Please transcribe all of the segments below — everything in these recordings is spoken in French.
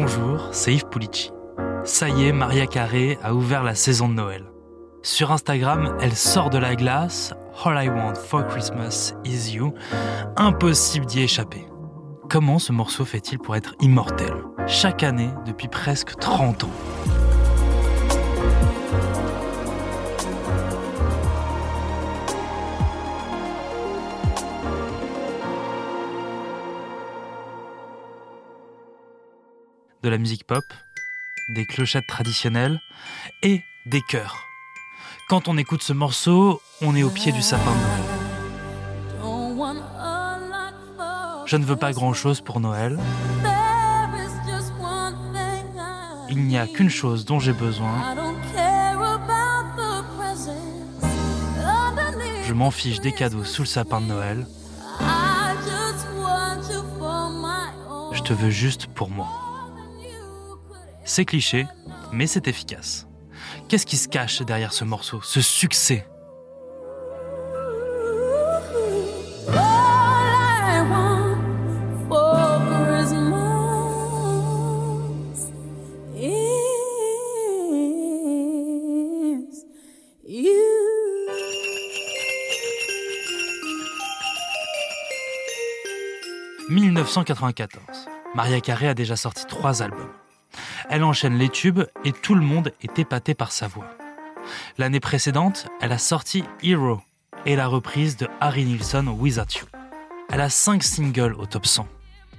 Bonjour, c'est Yves Pulici. Ça y est, Mariah Carey a ouvert la saison de Noël. Sur Instagram, elle sort de la glace « All I want for Christmas is you ». Impossible d'y échapper. Comment ce morceau fait-il pour être immortel ? Chaque année, depuis presque 30 ans. De la musique pop, des clochettes traditionnelles et des chœurs. Quand on écoute ce morceau, on est au pied du sapin de Noël. Je ne veux pas grand-chose pour Noël. Il n'y a qu'une chose dont j'ai besoin. Je m'en fiche des cadeaux sous le sapin de Noël. Je te veux juste pour moi. C'est cliché, mais c'est efficace. Qu'est-ce qui se cache derrière ce morceau, ce succès ? « 1994. Mariah Carey a déjà sorti 3 albums. Elle enchaîne les tubes et tout le monde est épaté par sa voix. L'année précédente, elle a sorti Hero et la reprise de Harry Nilsson Without You. Elle a 5 singles au top 100.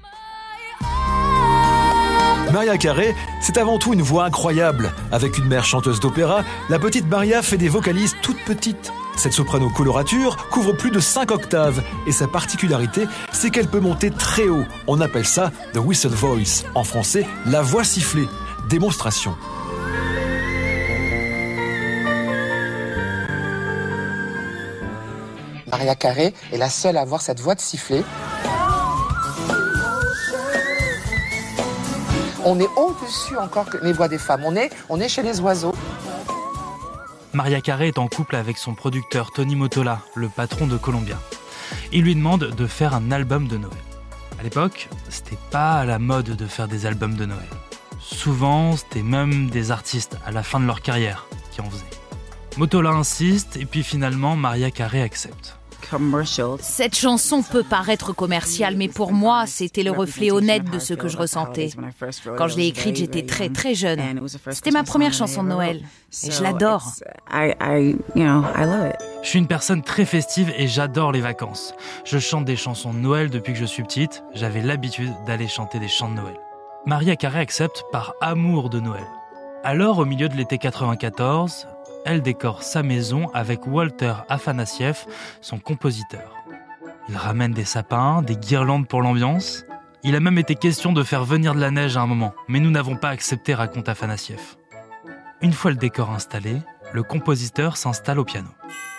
Mariah Carey, c'est avant tout une voix incroyable. Avec une mère chanteuse d'opéra, la petite Mariah fait des vocalises toutes petites. Cette soprano colorature couvre plus de 5 octaves et sa particularité, c'est qu'elle peut monter très haut. On appelle ça « the whistle voice », en français « la voix sifflée ». Démonstration. Mariah Carey est la seule à avoir cette voix de sifflet. On est au-dessus encore que les voix des femmes. On est chez les oiseaux. Mariah Carey est en couple avec son producteur Tony Mottola, le patron de Columbia. Il lui demande de faire un album de Noël. À l'époque, c'était pas à la mode de faire des albums de Noël. Souvent, c'était même des artistes à la fin de leur carrière qui en faisaient. Mottola insiste et puis finalement, Mariah Carey accepte. Cette chanson peut paraître commerciale, mais pour moi, c'était le reflet honnête de ce que je ressentais. Quand je l'ai écrite, j'étais très très jeune. C'était ma première chanson de Noël et je l'adore. Je suis une personne très festive et j'adore les vacances. Je chante des chansons de Noël depuis que je suis petite. J'avais l'habitude d'aller chanter des chants de Noël. Mariah Carey accepte par amour de Noël. Alors, au milieu de l'été 94, elle décore sa maison avec Walter Afanasieff, son compositeur. Il ramène des sapins, des guirlandes pour l'ambiance. Il a même été question de faire venir de la neige à un moment, mais nous n'avons pas accepté, raconte Afanasieff. Une fois le décor installé, le compositeur s'installe au piano.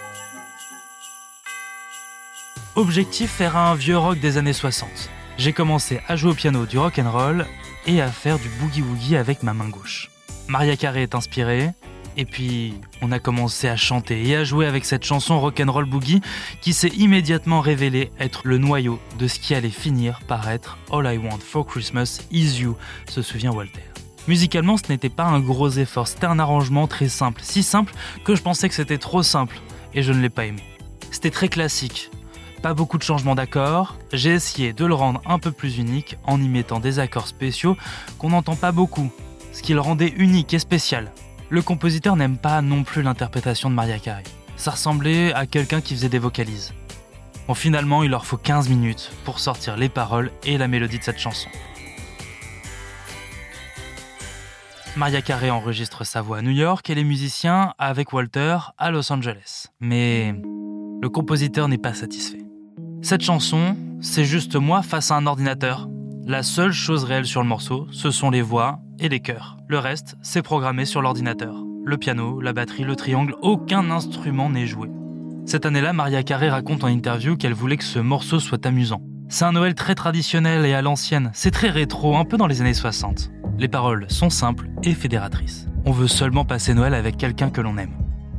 Objectif, faire un vieux rock des années 60. J'ai commencé à jouer au piano du rock'n'roll et à faire du boogie-woogie avec ma main gauche. Mariah Carey est inspirée. Et puis, on a commencé à chanter et à jouer avec cette chanson Rock'n'Roll Boogie qui s'est immédiatement révélée être le noyau de ce qui allait finir par être All I Want for Christmas is You, se souvient Walter. Musicalement, ce n'était pas un gros effort, c'était un arrangement très simple, si simple que je pensais que c'était trop simple et je ne l'ai pas aimé. C'était très classique, pas beaucoup de changements d'accords, j'ai essayé de le rendre un peu plus unique en y mettant des accords spéciaux qu'on n'entend pas beaucoup, ce qui le rendait unique et spécial. Le compositeur n'aime pas non plus l'interprétation de Mariah Carey. Ça ressemblait à quelqu'un qui faisait des vocalises. Bon, finalement, il leur faut 15 minutes pour sortir les paroles et la mélodie de cette chanson. Mariah Carey enregistre sa voix à New York et les musiciens avec Walter à Los Angeles. Mais le compositeur n'est pas satisfait. Cette chanson, c'est juste moi face à un ordinateur. La seule chose réelle sur le morceau, ce sont les voix et les chœurs. Le reste, c'est programmé sur l'ordinateur. Le piano, la batterie, le triangle, aucun instrument n'est joué. Cette année-là, Mariah Carey raconte en interview qu'elle voulait que ce morceau soit amusant. C'est un Noël très traditionnel et à l'ancienne. C'est très rétro, un peu dans les années 60. Les paroles sont simples et fédératrices. On veut seulement passer Noël avec quelqu'un que l'on aime.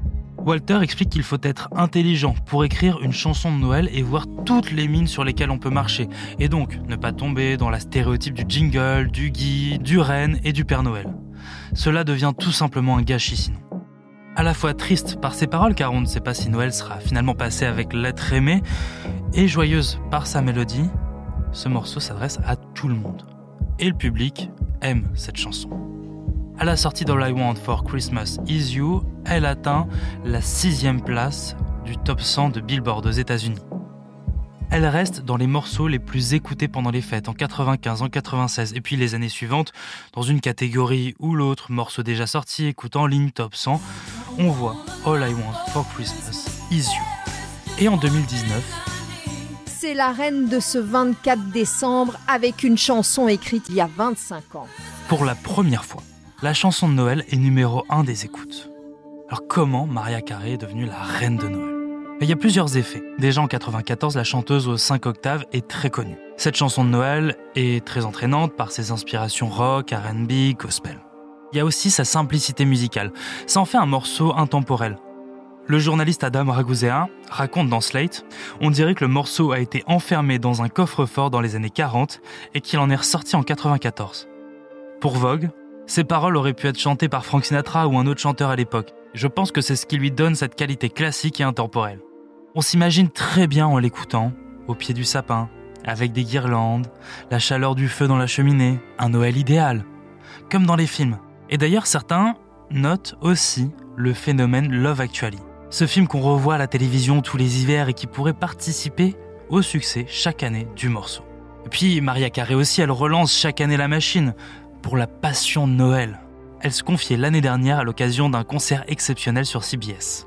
Walter explique qu'il faut être intelligent pour écrire une chanson de Noël et voir toutes les mines sur lesquelles on peut marcher, et donc ne pas tomber dans la stéréotype du jingle, du Guy, du renne et du Père Noël. Cela devient tout simplement un gâchis sinon. À la fois triste par ses paroles, car on ne sait pas si Noël sera finalement passé avec l'être aimé, et joyeuse par sa mélodie, ce morceau s'adresse à tout le monde. Et le public aime cette chanson. À la sortie d'All I Want for Christmas Is You, elle atteint la 6e place du top 100 de Billboard aux États-Unis. Elle reste dans les morceaux les plus écoutés pendant les fêtes, en 95, en 96, et puis les années suivantes, dans une catégorie ou l'autre, morceaux déjà sortis, écoute en ligne, top 100, on voit All I Want for Christmas Is You. Et en 2019, c'est la reine de ce 24 décembre avec une chanson écrite il y a 25 ans. Pour la première fois, la chanson de Noël est numéro 1 des écoutes. Alors comment Mariah Carey est devenue la reine de Noël ? Il y a plusieurs effets. Déjà en 94, la chanteuse aux 5 octaves est très connue. Cette chanson de Noël est très entraînante par ses inspirations rock, R&B, gospel. Il y a aussi sa simplicité musicale. Ça en fait un morceau intemporel. Le journaliste Adam Ragusea raconte dans Slate « On dirait que le morceau a été enfermé dans un coffre-fort dans les années 40 et qu'il en est ressorti en 94. » Pour Vogue, ces paroles auraient pu être chantées par Frank Sinatra ou un autre chanteur à l'époque. Je pense que c'est ce qui lui donne cette qualité classique et intemporelle. On s'imagine très bien en l'écoutant, au pied du sapin, avec des guirlandes, la chaleur du feu dans la cheminée, un Noël idéal, comme dans les films. Et d'ailleurs, certains notent aussi le phénomène Love Actually. Ce film qu'on revoit à la télévision tous les hivers et qui pourrait participer au succès chaque année du morceau. Et puis Mariah Carey aussi, elle relance chaque année la machine pour la passion de Noël. Elle se confiait l'année dernière à l'occasion d'un concert exceptionnel sur CBS.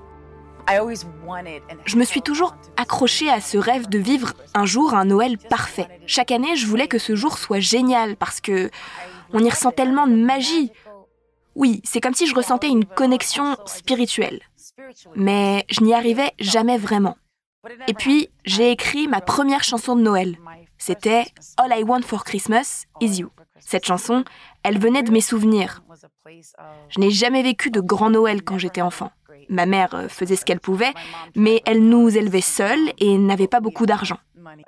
Je me suis toujours accrochée à ce rêve de vivre un jour un Noël parfait. Chaque année, je voulais que ce jour soit génial parce que on y ressent tellement de magie. Oui, c'est comme si je ressentais une connexion spirituelle. Mais je n'y arrivais jamais vraiment. Et puis, j'ai écrit ma première chanson de Noël. C'était All I Want for Christmas Is You. Cette chanson, elle venait de mes souvenirs. Je n'ai jamais vécu de grand Noël quand j'étais enfant. Ma mère faisait ce qu'elle pouvait, mais elle nous élevait seuls et n'avait pas beaucoup d'argent.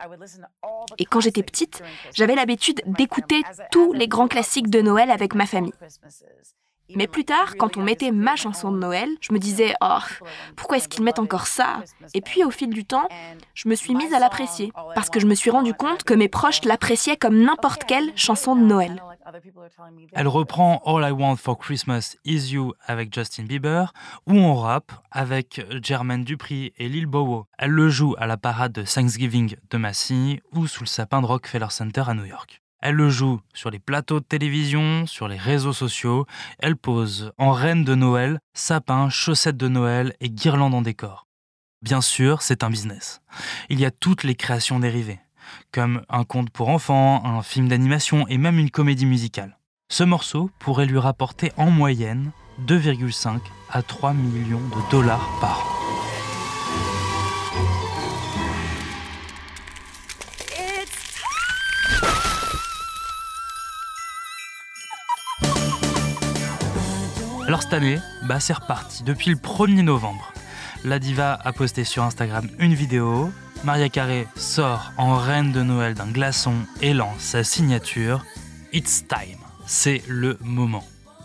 Et quand j'étais petite, j'avais l'habitude d'écouter tous les grands classiques de Noël avec ma famille. Mais plus tard, quand on mettait ma chanson de Noël, je me disais « Oh, pourquoi est-ce qu'ils mettent encore ça ?» Et puis, au fil du temps, je me suis mise à l'apprécier, parce que je me suis rendu compte que mes proches l'appréciaient comme n'importe quelle chanson de Noël. Elle reprend All I Want for Christmas Is You avec Justin Bieber, ou on rappe avec Jermaine Dupri et Lil Bow Wow. Elle le joue à la parade de Thanksgiving de Massy ou sous le sapin de Rockefeller Center à New York. Elle le joue sur les plateaux de télévision, sur les réseaux sociaux. Elle pose en reine de Noël, sapin, chaussettes de Noël et guirlandes en décor. Bien sûr, c'est un business. Il y a toutes les créations dérivées, comme un conte pour enfants, un film d'animation et même une comédie musicale. Ce morceau pourrait lui rapporter en moyenne 2,5 à 3 millions de dollars par an. Alors cette année, c'est reparti. Depuis le 1er novembre, la diva a posté sur Instagram une vidéo. Mariah Carey sort en reine de Noël d'un glaçon et lance sa signature « It's time ». C'est le moment.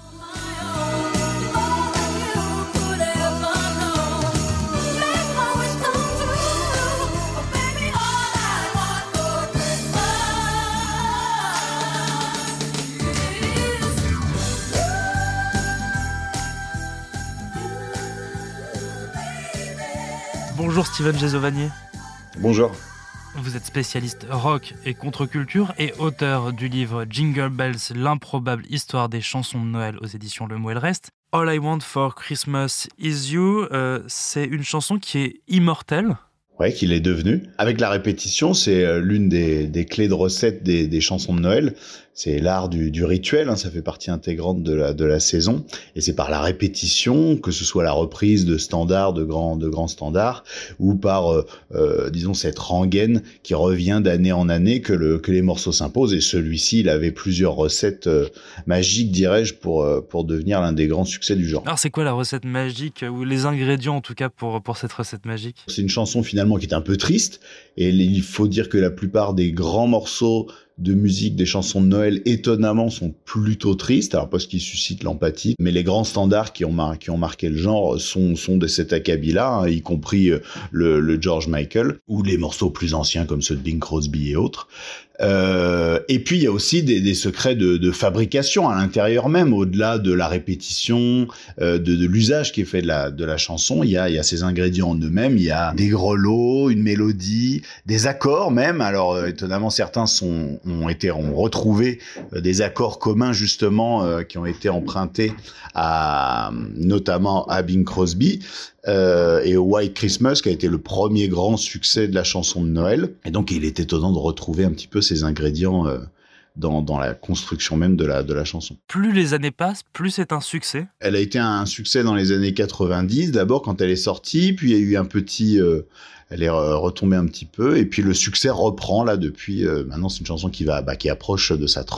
Bonjour Steven Gesovanier. Bonjour. Vous êtes spécialiste rock et contre-culture et auteur du livre Jingle Bells, l'improbable histoire des chansons de Noël aux éditions Le Mot et le Reste. All I Want for Christmas Is You, c'est une chanson qui est immortelle. Ouais, qu'il est devenu. Avec la répétition, c'est l'une des clés de recette des chansons de Noël. C'est l'art du rituel, hein, ça fait partie intégrante de la saison. Et c'est par la répétition, que ce soit la reprise de standards, de grands standards, ou par, disons, cette rengaine qui revient d'année en année que les morceaux s'imposent. Et celui-ci, il avait plusieurs recettes magiques, dirais-je, pour devenir l'un des grands succès du genre. Alors, c'est quoi la recette magique, ou les ingrédients en tout cas pour cette recette magique ? C'est une chanson finalement qui est un peu triste. Et il faut dire que la plupart des grands morceaux de musique des chansons de Noël, étonnamment, sont plutôt tristes, alors parce qu'ils suscitent l'empathie, mais les grands standards qui ont marqué le genre sont de cet acabit-là, hein, y compris le George Michael, ou les morceaux plus anciens comme ceux de Bing Crosby et autres. Et puis il y a aussi des secrets de fabrication à l'intérieur même, au-delà de la répétition, de l'usage qui est fait de la chanson. Il y a ces ingrédients en eux-mêmes, il y a des grelots, une mélodie, des accords même. Alors étonnamment, certains ont retrouvé des accords communs justement qui ont été empruntés notamment à Bing Crosby. Et White Christmas, qui a été le premier grand succès de la chanson de Noël. Et donc, il est étonnant de retrouver un petit peu ces ingrédients dans la construction même de la chanson. Plus les années passent, plus c'est un succès. Elle a été un succès dans les années 90, d'abord quand elle est sortie, puis il y a eu un petit... elle est retombée un petit peu, et puis le succès reprend là depuis. Maintenant, c'est une chanson qui approche de son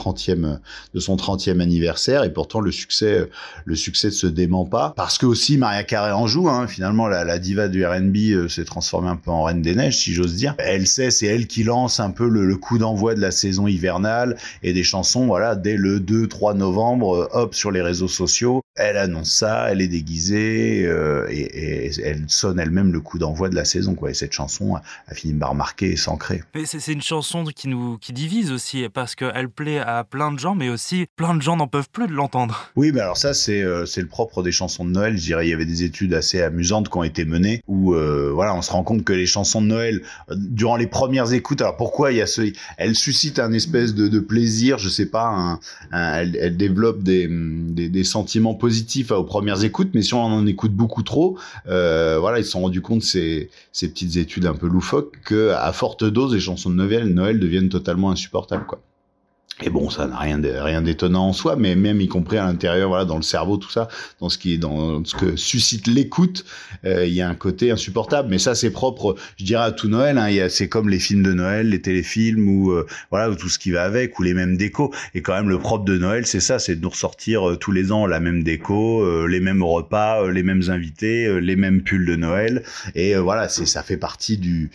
30e anniversaire, et pourtant le succès ne se dément pas, parce que aussi Mariah Carey en joue. Hein, finalement, la diva du R&B s'est transformée un peu en reine des neiges, si j'ose dire. C'est elle qui lance un peu le coup d'envoi de la saison hivernale et des chansons. Voilà, dès le 2-3 novembre, hop, sur les réseaux sociaux, elle annonce ça, elle est déguisée et elle sonne elle-même le coup d'envoi de la saison, quoi. Et cette chanson a fini par marquer et s'ancrer. Mais c'est une chanson qui divise aussi, parce qu'elle plaît à plein de gens, mais aussi plein de gens n'en peuvent plus de l'entendre. Oui, mais alors ça, c'est le propre des chansons de Noël. Je dirais, il y avait des études assez amusantes qui ont été menées où, on se rend compte que les chansons de Noël, durant les premières écoutes, alors pourquoi elles suscitent un espèce de plaisir, je sais pas, elles développent des sentiments positifs aux premières écoutes, mais si on en écoute beaucoup trop, ils se sont rendus compte, ces petites études un peu loufoques, que à forte dose, les chansons de Noël deviennent totalement insupportables, quoi. Et bon, ça n'a rien d'étonnant en soi, mais même y compris à l'intérieur, dans le cerveau, tout ça, dans ce que suscite l'écoute, il y a un côté insupportable. Mais ça, c'est propre, je dirais, à tout Noël. Hein, c'est comme les films de Noël, les téléfilms, ou tout ce qui va avec, ou les mêmes décos. Et quand même, le propre de Noël, c'est ça, c'est de nous ressortir tous les ans la même déco, les mêmes repas, les mêmes invités, les mêmes pulls de Noël. Et ça fait partie du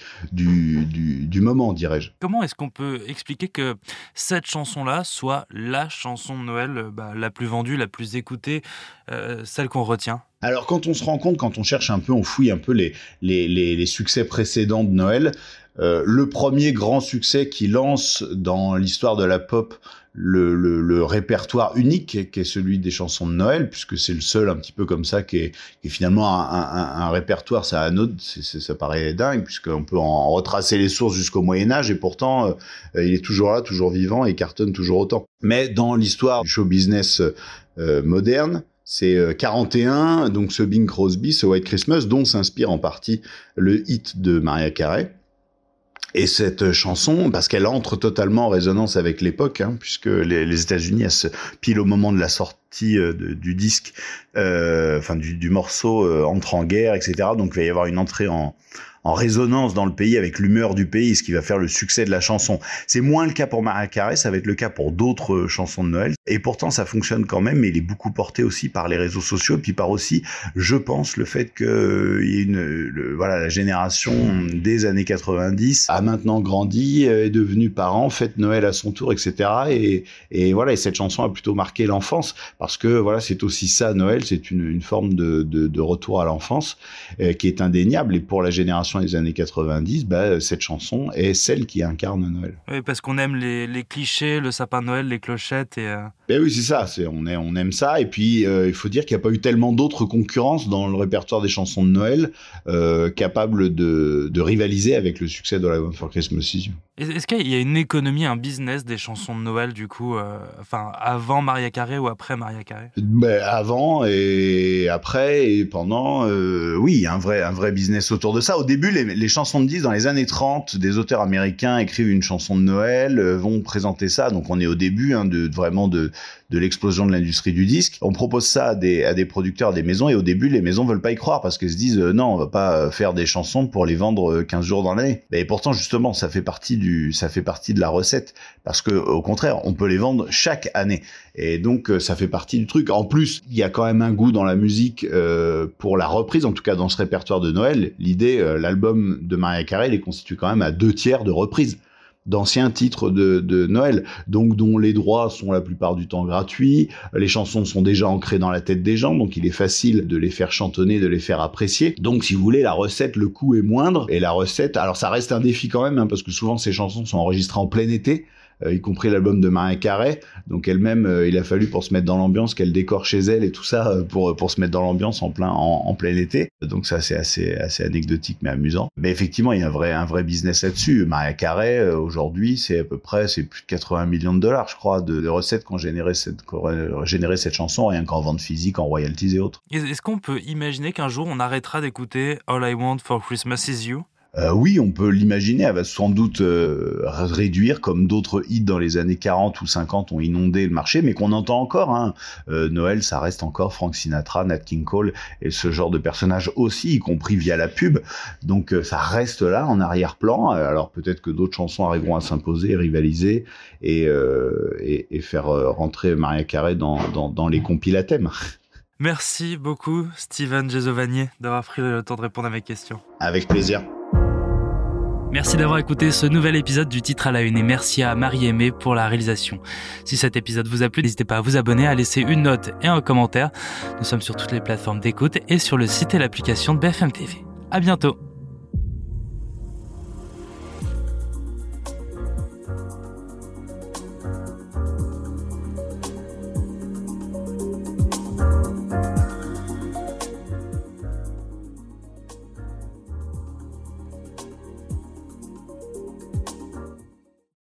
moment, dirais-je. Comment est-ce qu'on peut expliquer que cette chanson-là soit la chanson de Noël la plus vendue, la plus écoutée, celle qu'on retient? Alors quand on se rend compte, quand on cherche un peu, on fouille un peu les succès précédents de Noël, le premier grand succès qui lance dans l'histoire de la pop le répertoire unique qui est celui des chansons de Noël, puisque c'est le seul un petit peu comme ça qui est finalement un répertoire, ça paraît dingue, puisqu'on peut en retracer les sources jusqu'au Moyen-Âge, et pourtant il est toujours là, toujours vivant, et cartonne toujours autant. Mais dans l'histoire du show business moderne, c'est 41, donc ce Bing Crosby, ce White Christmas, dont s'inspire en partie le hit de Mariah Carey. Et cette chanson, parce qu'elle entre totalement en résonance avec l'époque, hein, puisque les États-Unis, pile au moment de la sortie du disque, du morceau, entre en guerre, etc. Donc il va y avoir une entrée en résonance dans le pays avec l'humeur du pays, ce qui va faire le succès de la chanson. C'est moins le cas pour Mariah Carey, ça va être le cas pour d'autres chansons de Noël. Et pourtant, ça fonctionne quand même, mais il est beaucoup porté aussi par les réseaux sociaux, puis par aussi, je pense, le fait que la génération des années 90 a maintenant grandi, est devenue parent, fête Noël à son tour, etc. Et cette chanson a plutôt marqué l'enfance, parce que c'est aussi ça, Noël, c'est une forme de retour à l'enfance qui est indéniable. Et pour la génération des années 90, cette chanson est celle qui incarne Noël. Oui, parce qu'on aime les clichés, le sapin de Noël, les clochettes et... oui, c'est ça, on aime ça, et puis il faut dire qu'il n'y a pas eu tellement d'autres concurrences dans le répertoire des chansons de Noël capables de rivaliser avec le succès de I Want for Christmas Is You. Est-ce qu'il y a une économie, un business des chansons de Noël, du coup, avant Mariah Carey ou après Mariah Mariah Carey? Avant et après et pendant, oui, il y a un vrai business autour de ça. Au début, les chansons de disques, dans les années 30, des auteurs américains écrivent une chanson de Noël, vont présenter ça. Donc on est au début de l'explosion de l'industrie du disque. On propose ça à des producteurs, des maisons, et au début, les maisons veulent pas y croire parce qu'elles se disent non, on va pas faire des chansons pour les vendre 15 jours dans l'année. Et pourtant, justement, ça fait partie de la recette, parce que au contraire, on peut les vendre chaque année. Et donc, ça fait partie du truc. En plus, il y a quand même un goût dans la musique pour la reprise, en tout cas dans ce répertoire de Noël. L'idée, l'album de Mariah Carey, il est constitué quand même à 2/3 de reprises d'anciens titres de Noël, donc dont les droits sont la plupart du temps gratuits, les chansons sont déjà ancrées dans la tête des gens, donc il est facile de les faire chantonner, de les faire apprécier. Donc si vous voulez, la recette, le coût est moindre, et la recette, alors ça reste un défi quand même, parce que souvent ces chansons sont enregistrées en plein été, y compris l'album de Mariah Carey, donc elle-même, il a fallu pour se mettre dans l'ambiance qu'elle décore chez elle et tout ça, pour se mettre dans l'ambiance en plein été. Donc ça, c'est assez anecdotique mais amusant. Mais effectivement, il y a un vrai business là-dessus. Mariah Carey, aujourd'hui, c'est plus de 80 millions de dollars, je crois, de recettes qu'ont généré cette chanson, rien qu'en vente physique, en royalties et autres. Est-ce qu'on peut imaginer qu'un jour on arrêtera d'écouter All I Want for Christmas Is You? Oui, on peut l'imaginer. Elle va sans doute réduire, comme d'autres hits dans les années 40 ou 50 ont inondé le marché, mais qu'on entend encore. Noël, ça reste encore Frank Sinatra, Nat King Cole et ce genre de personnages aussi, y compris via la pub. Donc ça reste là en arrière-plan. Alors peut-être que d'autres chansons arriveront à s'imposer, rivaliser et faire rentrer Mariah Carey dans les compiles à thème. Merci beaucoup, Steven Gesovanier, d'avoir pris le temps de répondre à mes questions. Avec plaisir. Merci d'avoir écouté ce nouvel épisode du Titre à la Une et merci à Marie-Aimée pour la réalisation. Si cet épisode vous a plu, n'hésitez pas à vous abonner, à laisser une note et un commentaire. Nous sommes sur toutes les plateformes d'écoute et sur le site et l'application de BFM TV. À bientôt.